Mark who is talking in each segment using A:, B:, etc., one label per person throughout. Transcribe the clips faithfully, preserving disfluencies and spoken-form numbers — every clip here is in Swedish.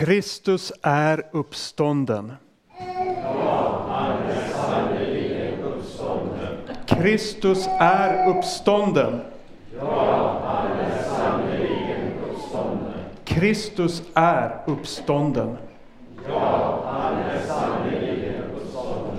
A: Kristus är uppstånden.
B: Ja, han är sannerligen uppstånden.
A: Kristus är uppstånden.
B: Ja, han är sannerligen uppstånden.
A: Kristus är uppstånden.
B: Ja, han är sannerligen uppstånden.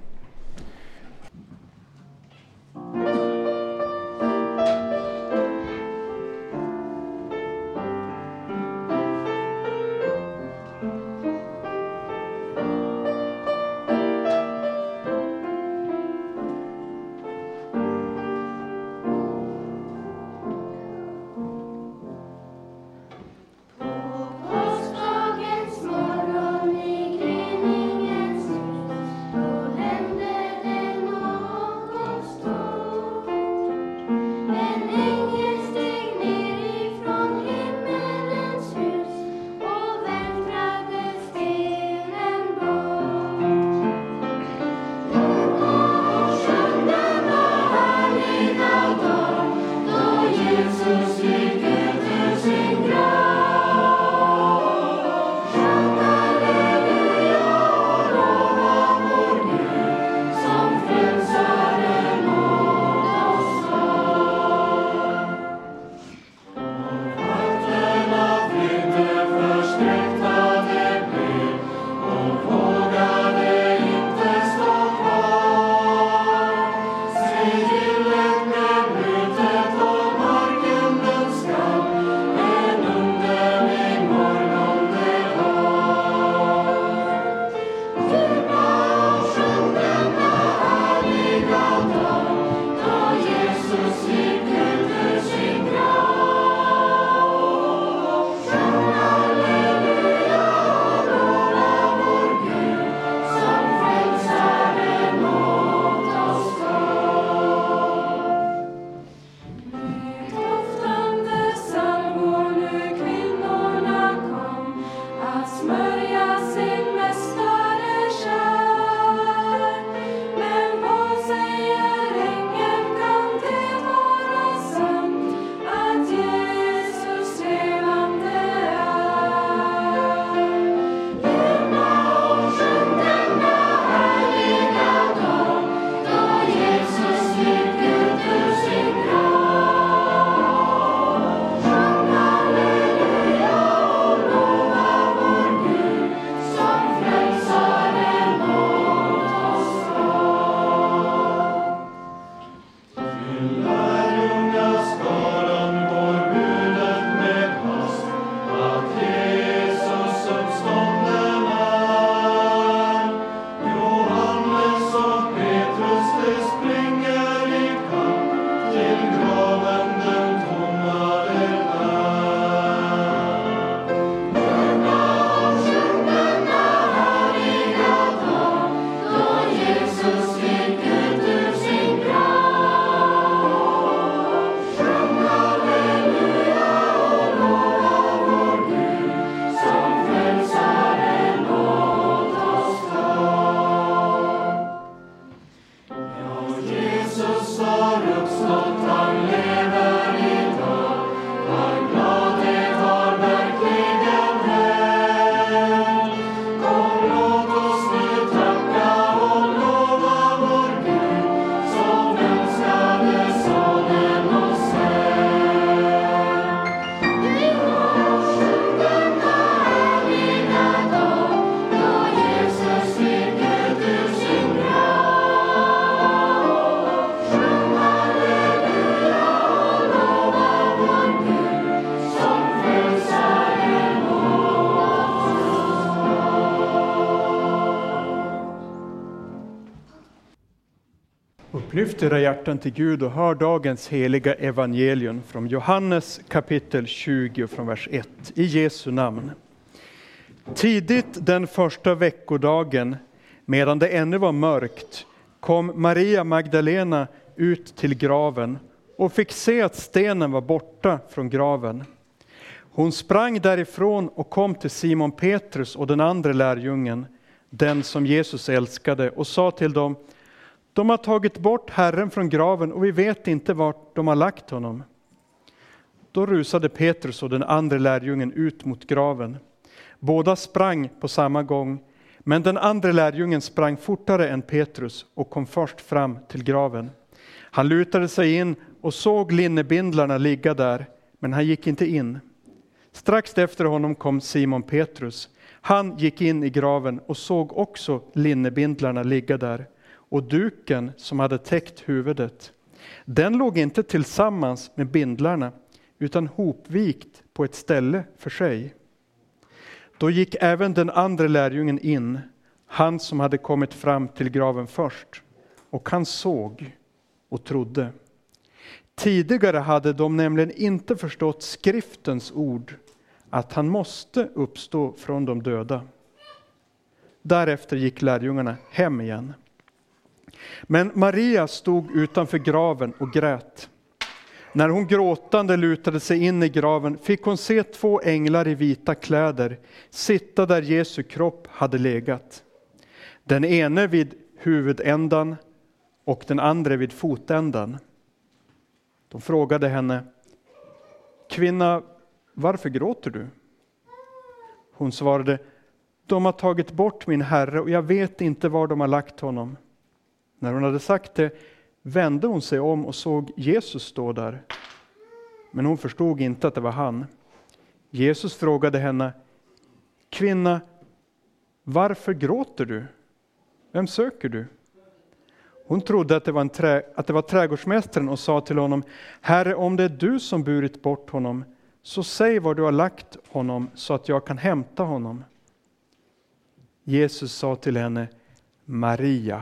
A: Lyft era hjärtan till Gud och hör dagens heliga evangelium från Johannes kapitel tjugo från vers ett. I Jesu namn. Tidigt den första veckodagen, medan det ännu var mörkt, kom Maria Magdalena ut till graven och fick se att stenen var borta från graven. Hon sprang därifrån och kom till Simon Petrus och den andra lärjungen, den som Jesus älskade, och sa till dem: de har tagit bort Herren från graven och vi vet inte vart de har lagt honom. Då rusade Petrus och den andra lärjungen ut mot graven. Båda sprang på samma gång, men den andra lärjungen sprang fortare än Petrus och kom först fram till graven. Han lutade sig in och såg linnebindlarna ligga där, men han gick inte in. Strax efter honom kom Simon Petrus. Han gick in i graven och såg också linnebindlarna ligga där och duken som hade täckt huvudet. Den låg inte tillsammans med bindlarna utan hopvikt på ett ställe för sig. Då gick även den andra lärjungen in, han som hade kommit fram till graven först, och han såg och trodde. Tidigare hade de nämligen inte förstått skriftens ord, att han måste uppstå från de döda. Därefter gick lärjungarna hem igen. Men Maria stod utanför graven och grät. När hon gråtande lutade sig in i graven fick hon se två änglar i vita kläder sitta där Jesu kropp hade legat. Den ene vid huvudändan och den andra vid fotändan. De frågade henne: Kvinna, varför gråter du? Hon svarade: De har tagit bort min herre och jag vet inte var de har lagt honom. När hon hade sagt det vände hon sig om och såg Jesus stå där. Men hon förstod inte att det var han. Jesus frågade henne: Kvinna, varför gråter du? Vem söker du? Hon trodde att det var, en trä, att det var trädgårdsmästaren och sa till honom: Herre, om det är du som burit bort honom, så säg var du har lagt honom så att jag kan hämta honom. Jesus sa till henne: Maria.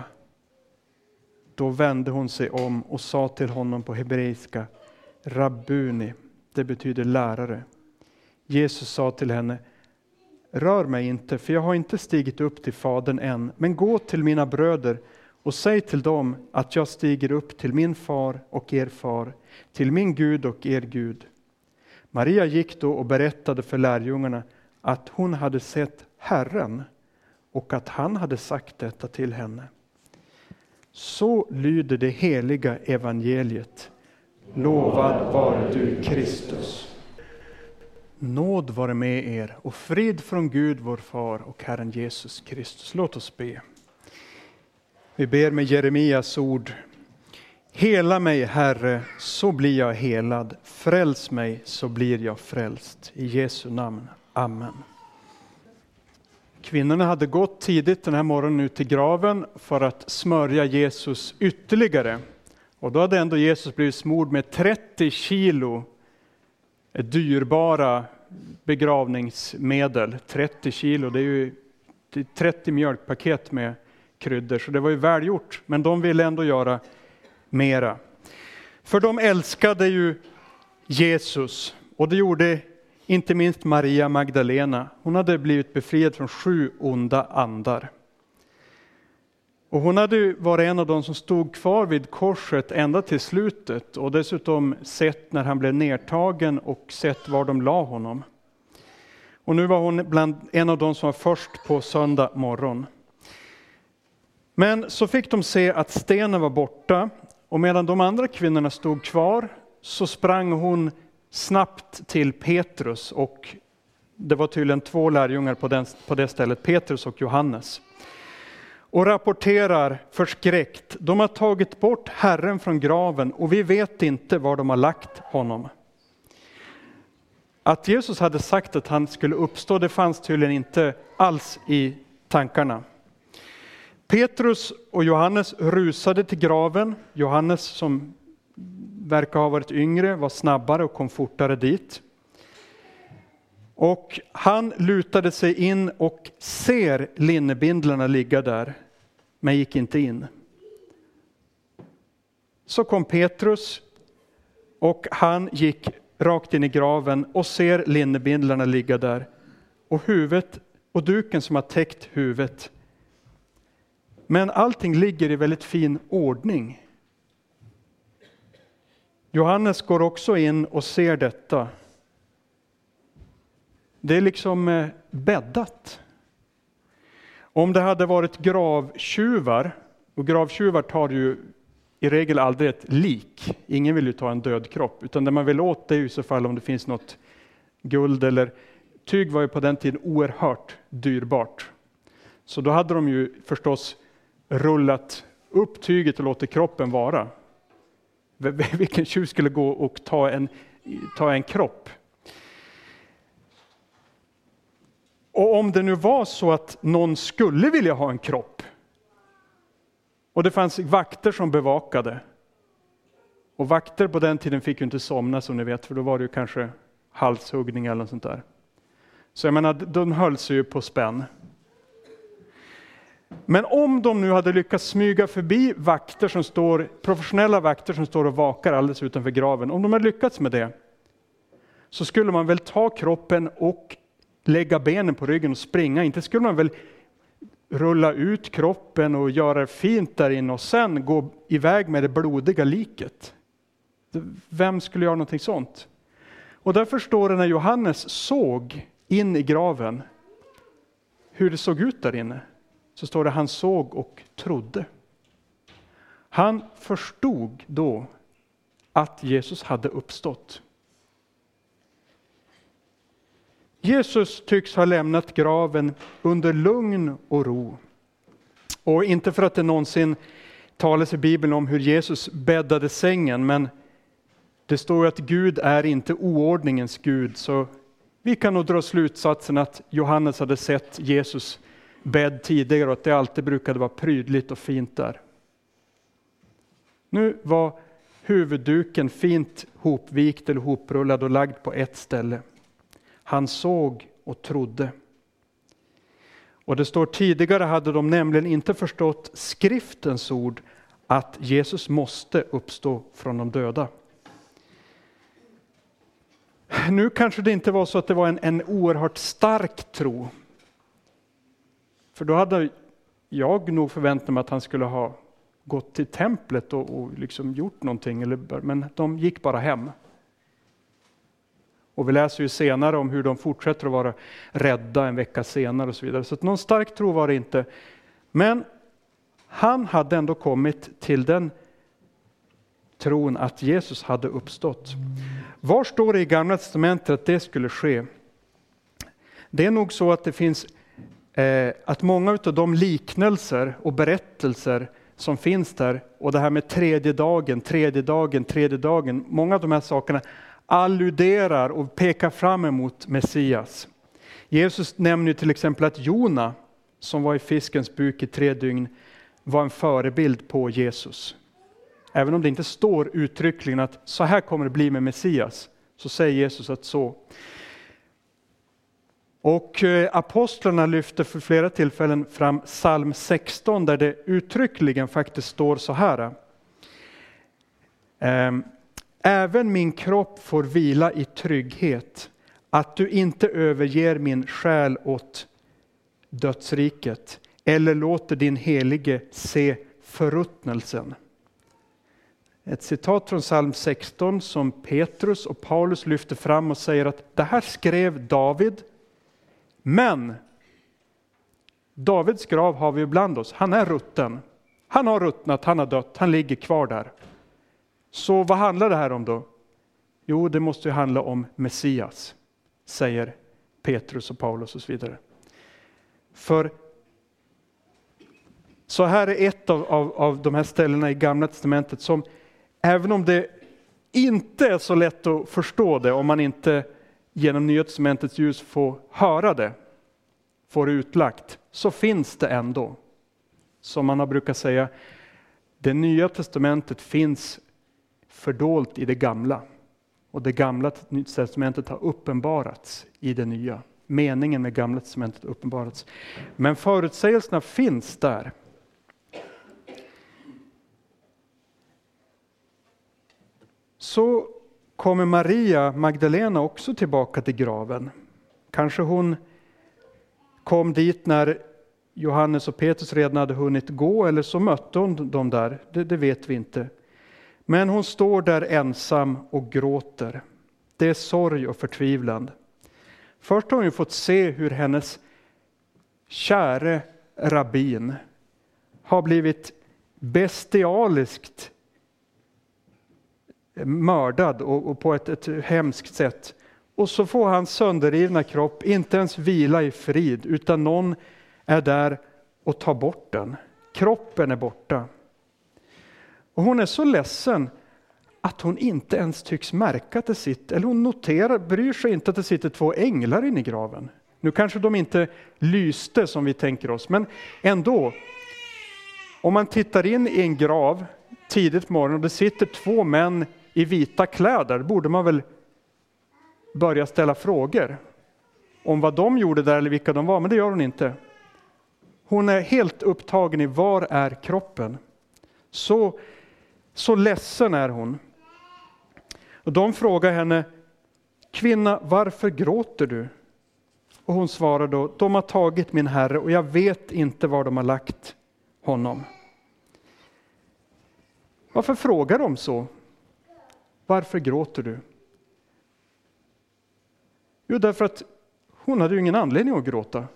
A: Då vände hon sig om och sa till honom på hebreiska: Rabbuni, det betyder lärare. Jesus sa till henne: Rör mig inte, för jag har inte stigit upp till Fadern än, men gå till mina bröder och säg till dem att jag stiger upp till min far och er far, till min Gud och er Gud. Maria gick då och berättade för lärjungarna att hon hade sett Herren och att han hade sagt detta till henne. Så lyder det heliga evangeliet. Lovad vare du, Kristus. Nåd vare med er och frid från Gud vår far och Herren Jesus Kristus. Låt oss be. Vi ber med Jeremias ord. Hela mig, Herre, så blir jag helad. Fräls mig, så blir jag frälst. I Jesu namn. Amen. Kvinnorna hade gått tidigt den här morgonen ut till graven för att smörja Jesus ytterligare. Och då hade ändå Jesus blivit smord med trettio kilo dyrbara begravningsmedel. trettio kilo, det är ju trettio mjölkpaket med kryddor. Så det var ju välgjort, men de ville ändå göra mera. För de älskade ju Jesus, och det gjorde inte minst Maria Magdalena. Hon hade blivit befriad från sju onda andar. Och hon hade varit en av de som stod kvar vid korset ända till slutet. Och dessutom sett när han blev nedtagen och sett var de la honom. Och nu var hon bland en av de som var först på söndag morgon. Men så fick de se att stenen var borta. Och medan de andra kvinnorna stod kvar så sprang hon snabbt till Petrus, och det var tydligen två lärjungar på, den, på det stället, Petrus och Johannes. Och rapporterar förskräckt: de har tagit bort Herren från graven och vi vet inte var de har lagt honom. Att Jesus hade sagt att han skulle uppstå, det fanns tydligen inte alls i tankarna. Petrus och Johannes rusade till graven. Johannes, som verkar ha varit yngre, var snabbare och kom fortare dit. Och han lutade sig in och ser linnebindlarna ligga där, men gick inte in. Så kom Petrus och han gick rakt in i graven och ser linnebindlarna ligga där. Och huvudet och duken som har täckt huvudet. Men allting ligger i väldigt fin ordning. Johannes går också in och ser detta. Det är liksom bäddat. Om det hade varit gravtjuvar, och gravtjuvar tar ju i regel aldrig ett lik. Ingen vill ju ta en död kropp, utan det man vill åt det är i så fall om det finns något guld eller tyg var ju på den tiden oerhört dyrbart. Så då hade de ju förstås rullat upp tyget och låtit kroppen vara. Vilken tjuv skulle gå och ta en, ta en kropp? Och om det nu var så att någon skulle vilja ha en kropp, och det fanns vakter som bevakade, och vakter på den tiden fick ju inte somna som ni vet, för då var det ju kanske halshuggning eller något sånt där. Så jag menar, de höll sig ju på spänn. Men om de nu hade lyckats smyga förbi vakter som står, professionella vakter som står och vakar alldeles utanför graven, om de hade lyckats med det, så skulle man väl ta kroppen och lägga benen på ryggen och springa. Inte skulle man väl rulla ut kroppen och göra det fint där inne och sen gå iväg med det blodiga liket. Vem skulle göra någonting sånt? Och därför står det när Johannes såg in i graven hur det såg ut där inne. Så står det han såg och trodde. Han förstod då att Jesus hade uppstått. Jesus tycks ha lämnat graven under lugn och ro. Och inte för att det någonsin talas i Bibeln om hur Jesus bäddade sängen, men det står ju att Gud är inte oordningens Gud, så vi kan nog dra slutsatsen att Johannes hade sett Jesus bädd tidigare och att det alltid brukade vara prydligt och fint där. Nu var huvudduken fint hopvikt eller hoprullad och lagd på ett ställe. Han såg och trodde. Och det står tidigare hade de nämligen inte förstått skriftens ord att Jesus måste uppstå från de döda. Nu kanske det inte var så att det var en, en oerhört stark tro. För då hade jag nog förväntat mig att han skulle ha gått till templet och, och liksom gjort någonting. Eller, men de gick bara hem. Och vi läser ju senare om hur de fortsätter att vara rädda en vecka senare och så vidare. Så att någon stark tro var det inte. Men han hade ändå kommit till den tron att Jesus hade uppstått. Var står det i Gamla testamentet att det skulle ske? Det är nog så att det finns eh, att många av de liknelser och berättelser som finns där, och det här med tredje dagen, tredje dagen, tredje dagen, många av de här sakerna alluderar och pekar fram emot Messias. Jesus nämner ju till exempel att Jona, som var i fiskens buk i tre dygn, var en förebild på Jesus. Även om det inte står uttryckligen att så här kommer det bli med Messias, så säger Jesus att så. Och apostlarna lyfter för flera tillfällen fram psalm sexton där det uttryckligen faktiskt står så här. Även min kropp får vila i trygghet, att du inte överger min själ åt dödsriket eller låter din helige se förruttnelsen. Ett citat från psalm sexton som Petrus och Paulus lyfter fram och säger att det här skrev David, men Davids grav har vi ibland oss. Han är rutten. Han har ruttnat, han har dött, han ligger kvar där. Så vad handlar det här om då? Jo, det måste ju handla om Messias, säger Petrus och Paulus och så vidare. För så här är ett av, av, av de här ställena i Gamla testamentet som, även om det inte är så lätt att förstå det, om man inte genom Nya testamentets ljus får höra det, får det utlagt, så finns det ändå. Som man har brukat säga, det Nya testamentet finns fördolt i det gamla. Och det gamla testamentet har uppenbarats i det nya. Meningen med Gamla testamentet har uppenbarats. Men förutsägelserna finns där. Så kommer Maria Magdalena också tillbaka till graven. Kanske hon kom dit när Johannes och Petrus redan hade hunnit gå, eller så mötte hon dem där. Det, det vet vi inte. Men hon står där ensam och gråter. Det är sorg och förtvivlan. Först har hon ju fått se hur hennes käre rabbin har blivit bestialiskt mördad och, och på ett, ett hemskt sätt. Och så får hans sönderrivna kropp inte ens vila i frid, utan någon är där och tar bort den. Kroppen är borta. Och hon är så ledsen att hon inte ens tycks märka att det sitter, eller hon noterar, bryr sig inte att det sitter två änglar inne i graven. Nu kanske de inte lyste som vi tänker oss, men ändå. Om man tittar in i en grav tidigt på morgonen och det sitter två män i vita kläder, borde man väl börja ställa frågor om vad de gjorde där eller vilka de var, men det gör hon inte. Hon är helt upptagen i var är kroppen. Så, så ledsen är hon. Och de frågar henne, kvinna, varför gråter du? Och hon svarar då, de har tagit min herre och jag vet inte var de har lagt honom. Varför frågar de så? Varför gråter du? Jo, därför att hon hade ju ingen anledning att gråta.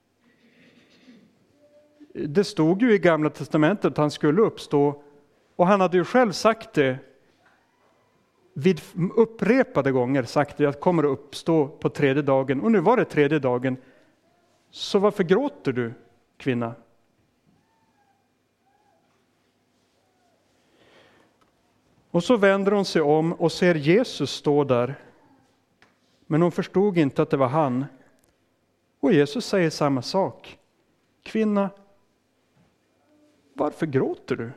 A: Det stod ju i Gamla testamentet att han skulle uppstå, och han hade ju själv sagt det vid upprepade gånger, sagt det, att kommer att uppstå på tredje dagen, och nu var det tredje dagen. Så varför gråter du, kvinna? Och så vänder hon sig om och ser Jesus stå där. Men hon förstod inte att det var han. Och Jesus säger samma sak. Kvinna, varför gråter du?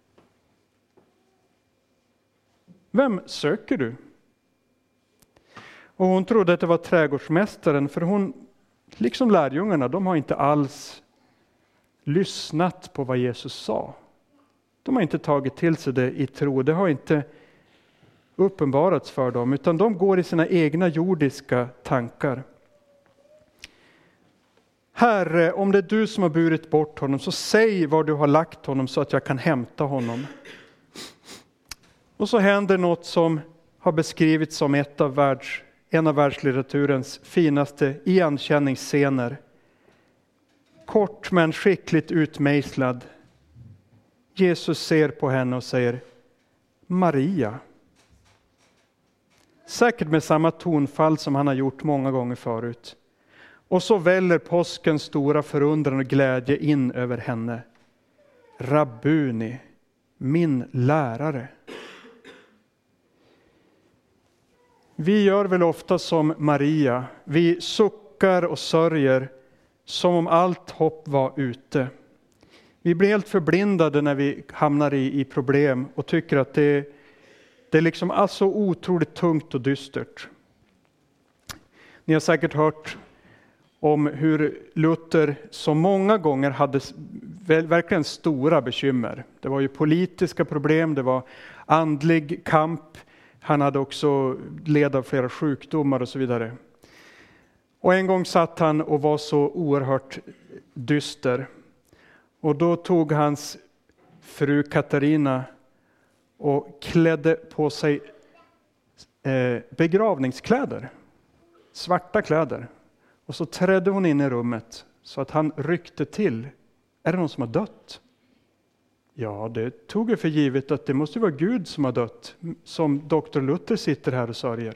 A: Vem söker du? Och hon trodde att det var trädgårdsmästaren, för hon, liksom lärjungarna, de har inte alls lyssnat på vad Jesus sa. De har inte tagit till sig det i tro. Det har inte uppenbarats för dem, utan de går i sina egna jordiska tankar. Herre, om det är du som har burit bort honom, så säg var du har lagt honom så att jag kan hämta honom. Och så händer något som har beskrivits som ett av världs, en av världslitteraturens finaste igenkänningsscener. Kort men skickligt utmejslad. Jesus ser på henne och säger Maria. Säkert med samma tonfall som han har gjort många gånger förut. Och så väller påskens stora förundran och glädje in över henne. Rabbuni, min lärare. Vi gör väl ofta som Maria. Vi suckar och sörjer som om allt hopp var ute. Vi blir helt förblindade när vi hamnar i, i problem och tycker att det, det är liksom alltså otroligt tungt och dystert. Ni har säkert hört om hur Luther så många gånger hade verkligen stora bekymmer. Det var ju politiska problem, det var andlig kamp. Han hade också led av flera sjukdomar och så vidare. Och en gång satt han och var så oerhört dyster. Och då tog hans fru Katarina och klädde på sig eh, begravningskläder. Svarta kläder. Och så trädde hon in i rummet så att han ryckte till. Är det någon som har dött? Ja, det tog jag för givet att det måste vara Gud som har dött. Som doktor Luther sitter här och sörjer.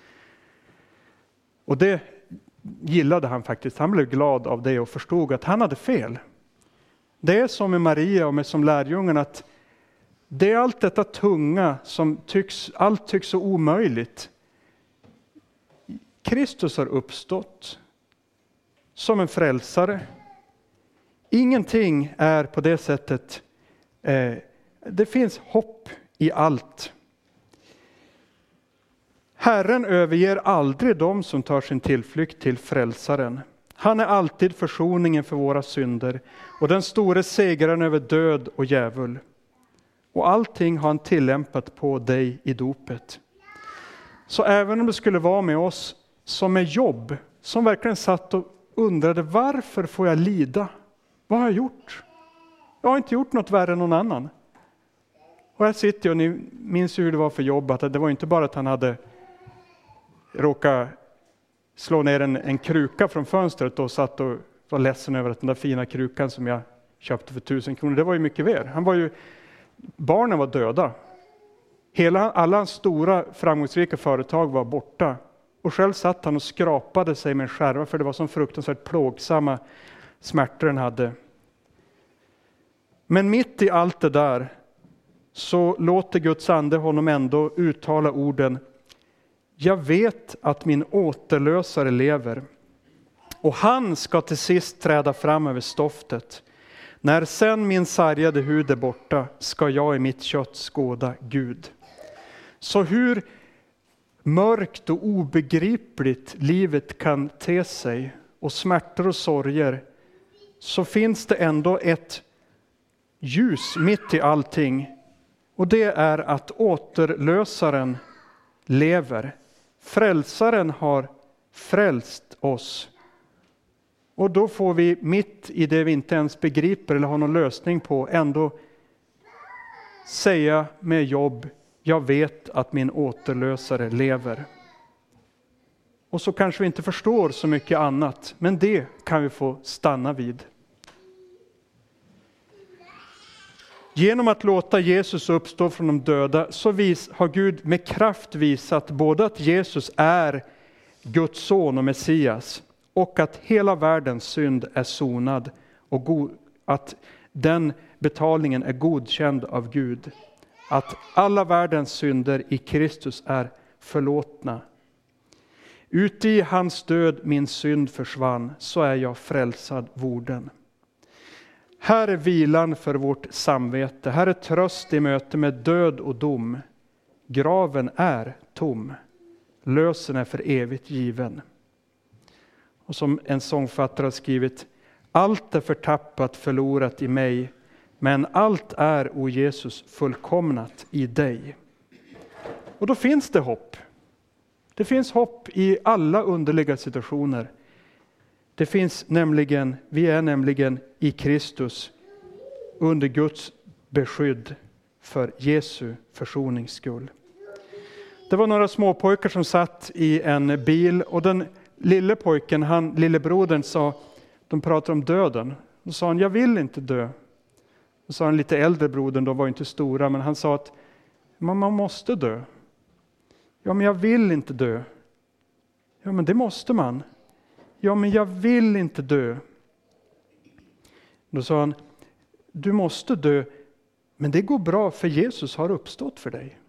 A: Och det gillade han faktiskt. Han blev glad av det och förstod att han hade fel. Det är som med Maria och med som lärjungen att det är allt detta tunga som tycks, allt tycks så omöjligt. Kristus har uppstått som en frälsare. Ingenting är på det sättet. Eh, det finns hopp i allt. Herren överger aldrig dem som tar sin tillflykt till frälsaren. Han är alltid försoningen för våra synder och den store segraren över död och djävul. Och allting har han tillämpat på dig i dopet. Så även om det skulle vara med oss som är jobb, som verkligen satt och undrade varför får jag lida? Vad har jag gjort? Jag har inte gjort något värre än någon annan. Och här sitter jag och ni minns hur det var för jobb. Att det var inte bara att han hade råkat slå ner en, en kruka från fönstret och satt och var ledsen över att den där fina krukan som jag köpte för tusen kronor, det var ju mycket mer. Han var ju, barnen var döda. Hela, alla hans stora framgångsrika företag var borta. Och själv satt han och skrapade sig med en skärva, för det var så fruktansvärt plågsamma smärtor han hade. Men mitt i allt det där så låter Guds ande honom ändå uttala orden: jag vet att min återlösare lever, och han ska till sist träda fram över stoftet. När sen min sargade hud är borta ska jag i mitt kött skåda Gud. Så hur mörkt och obegripligt livet kan te sig, och smärtor och sorger, så finns det ändå ett ljus mitt i allting. Och det är att återlösaren lever. Frälsaren har frälst oss. Och då får vi mitt i det vi inte ens begriper eller har någon lösning på ändå säga med jobb: jag vet att min återlösare lever. Och så kanske vi inte förstår så mycket annat, men det kan vi få stanna vid. Genom att låta Jesus uppstå från de döda så vis, har Gud med kraft visat både att Jesus är Guds son och Messias, och att hela världens synd är sonad och god, att den betalningen är godkänd av Gud. Att alla världens synder i Kristus är förlåtna. Uti hans död min synd försvann, så är jag frälsad vorden. Här är vilan för vårt samvete, här är tröst i möte med död och dom. Graven är tom, lösen är för evigt given. Och som en sångfattare har skrivit: allt är förtappat, förlorat i mig, men allt är, o Jesus, fullkomnat i dig. Och då finns det hopp. Det finns hopp i alla underliga situationer. Det finns nämligen, vi är nämligen i Kristus under Guds beskydd för Jesu försonings skull. Det var några småpojkar som satt i en bil, och den lille pojken, han, lillebrodern, sa, de pratade om döden. Då sa han: jag vill inte dö. Då sa han lite äldre brodern, då var inte stora, men han sa att man, man måste dö. Ja, men jag vill inte dö. Ja, men det måste man. Ja, men jag vill inte dö. Då sa han: du måste dö, men det går bra, för Jesus har uppstått för dig.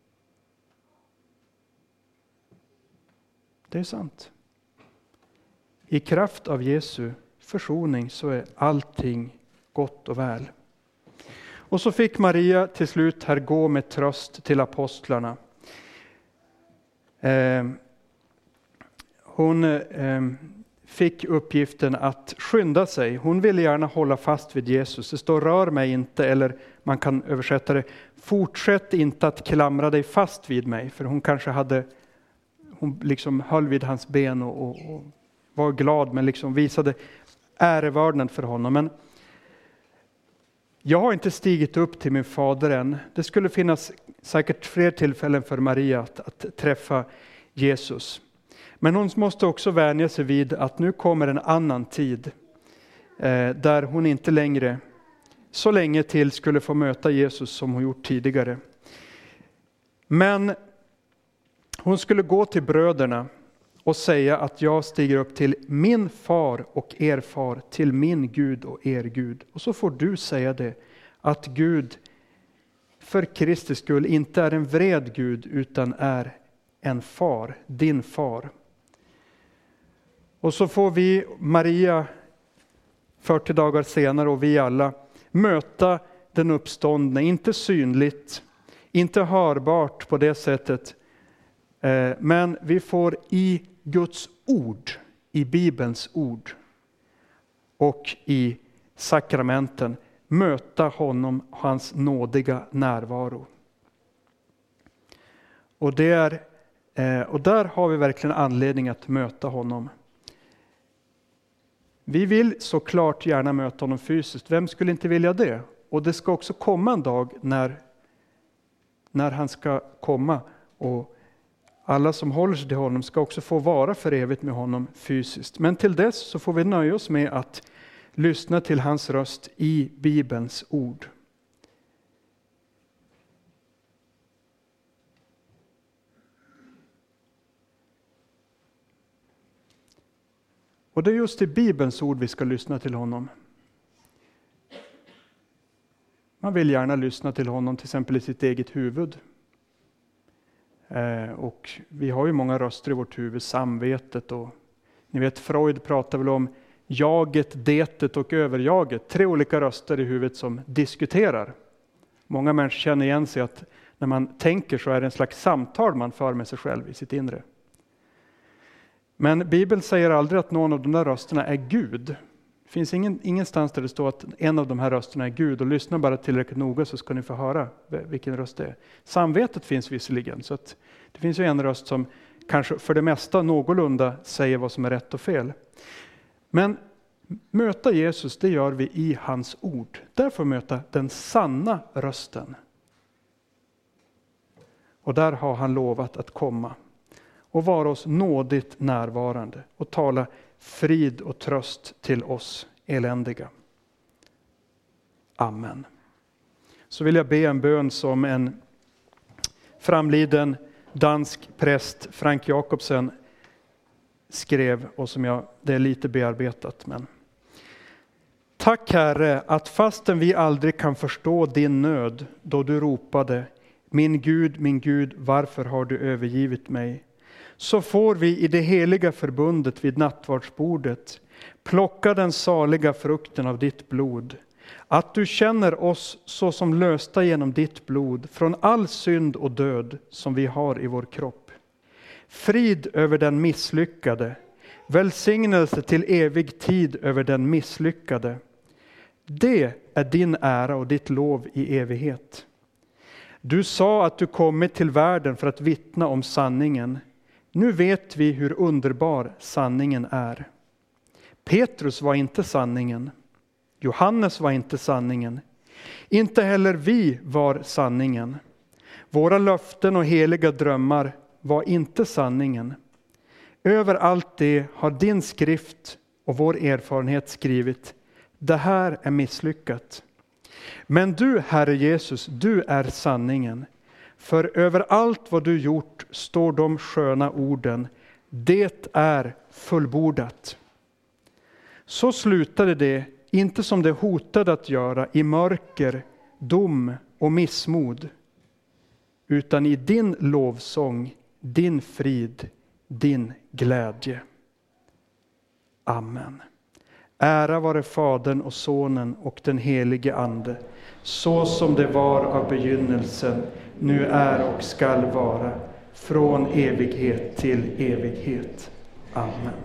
A: Det är sant. I kraft av Jesu försoning så är allting gott och väl. Och så fick Maria till slut här gå med tröst till apostlarna. Eh, hon eh, fick uppgiften att skynda sig. Hon ville gärna hålla fast vid Jesus. Det står: rör mig inte, eller man kan översätta det: fortsätt inte att klamra dig fast vid mig. För hon kanske hade, hon liksom höll vid hans ben och, och, och var glad, men liksom visade ärevördnad för honom. Men jag har inte stigit upp till min fader än. Det skulle finnas säkert fler tillfällen för Maria att, att träffa Jesus. Men hon måste också vänja sig vid att nu kommer en annan tid. Eh, där hon inte längre så länge till skulle få möta Jesus som hon gjort tidigare. Men hon skulle gå till bröderna och säga att jag stiger upp till min far och er far, till min Gud och er Gud. Och så får du säga det, att Gud för Kristi skull inte är en vred Gud utan är en far, din far. Och så får vi, Maria fyrtio dagar senare, och vi alla möta den uppståndne, inte synligt, inte hörbart på det sättet, men vi får i Guds ord, i Bibelns ord och i sakramenten möta honom, hans nådiga närvaro. Och, det är, och där har vi verkligen anledning att möta honom. Vi vill såklart gärna möta honom fysiskt. Vem skulle inte vilja det? Och det ska också komma en dag när, när han ska komma, och alla som håller sig till honom ska också få vara för evigt med honom fysiskt. Men till dess så får vi nöja oss med att lyssna till hans röst i Bibelns ord. Och det är just i Bibelns ord vi ska lyssna till honom. Man vill gärna lyssna till honom till exempel i sitt eget huvud. Eh, och vi har ju många röster i vårt huvud, samvetet och ni vet Freud pratar väl om jaget, detet och överjaget. Tre olika röster i huvudet som diskuterar. Många människor känner igen sig att när man tänker så är det en slags samtal man för med sig själv i sitt inre. Men Bibeln säger aldrig att någon av de där rösterna är Gud. Det finns ingen, ingenstans där det står att en av de här rösterna är Gud. Och lyssna bara tillräckligt noga så ska ni få höra vilken röst det är. Samvetet finns visserligen. Så att det finns ju en röst som kanske för det mesta någorlunda säger vad som är rätt och fel. Men möta Jesus, det gör vi i hans ord. Därför möta den sanna rösten. Och där har han lovat att komma. Och vara oss nådigt närvarande. Och tala frid och tröst till oss eländiga. Amen. Så vill jag be en bön som en framliden dansk präst, Frank Jacobsen, skrev och som jag, det är lite bearbetat. Men. Tack Herre att fastän vi aldrig kan förstå din nöd då du ropade min Gud, min Gud, varför har du övergivit mig? Så får vi i det heliga förbundet vid nattvardsbordet plocka den saliga frukten av ditt blod. Att du känner oss så som lösta genom ditt blod från all synd och död som vi har i vår kropp. Frid över den misslyckade, välsignelse till evig tid över den misslyckade. Det är din ära och ditt lov i evighet. Du sa att du kommit till världen för att vittna om sanningen. Nu vet vi hur underbar sanningen är. Petrus var inte sanningen. Johannes var inte sanningen. Inte heller vi var sanningen. Våra löften och heliga drömmar var inte sanningen. Över allt det har din skrift och vår erfarenhet skrivit. Det här är misslyckat. Men du, Herre Jesus, du är sanningen. För över allt vad du gjort står de sköna orden. Det är fullbordat. Så slutade det, inte som det hotade att göra, i mörker, dom och missmod. Utan i din lovsång, din frid, din glädje. Amen. Ära vare Fadern och Sonen och den helige Ande, så som det var av begynnelsen, nu är och skall vara, från evighet till evighet. Amen.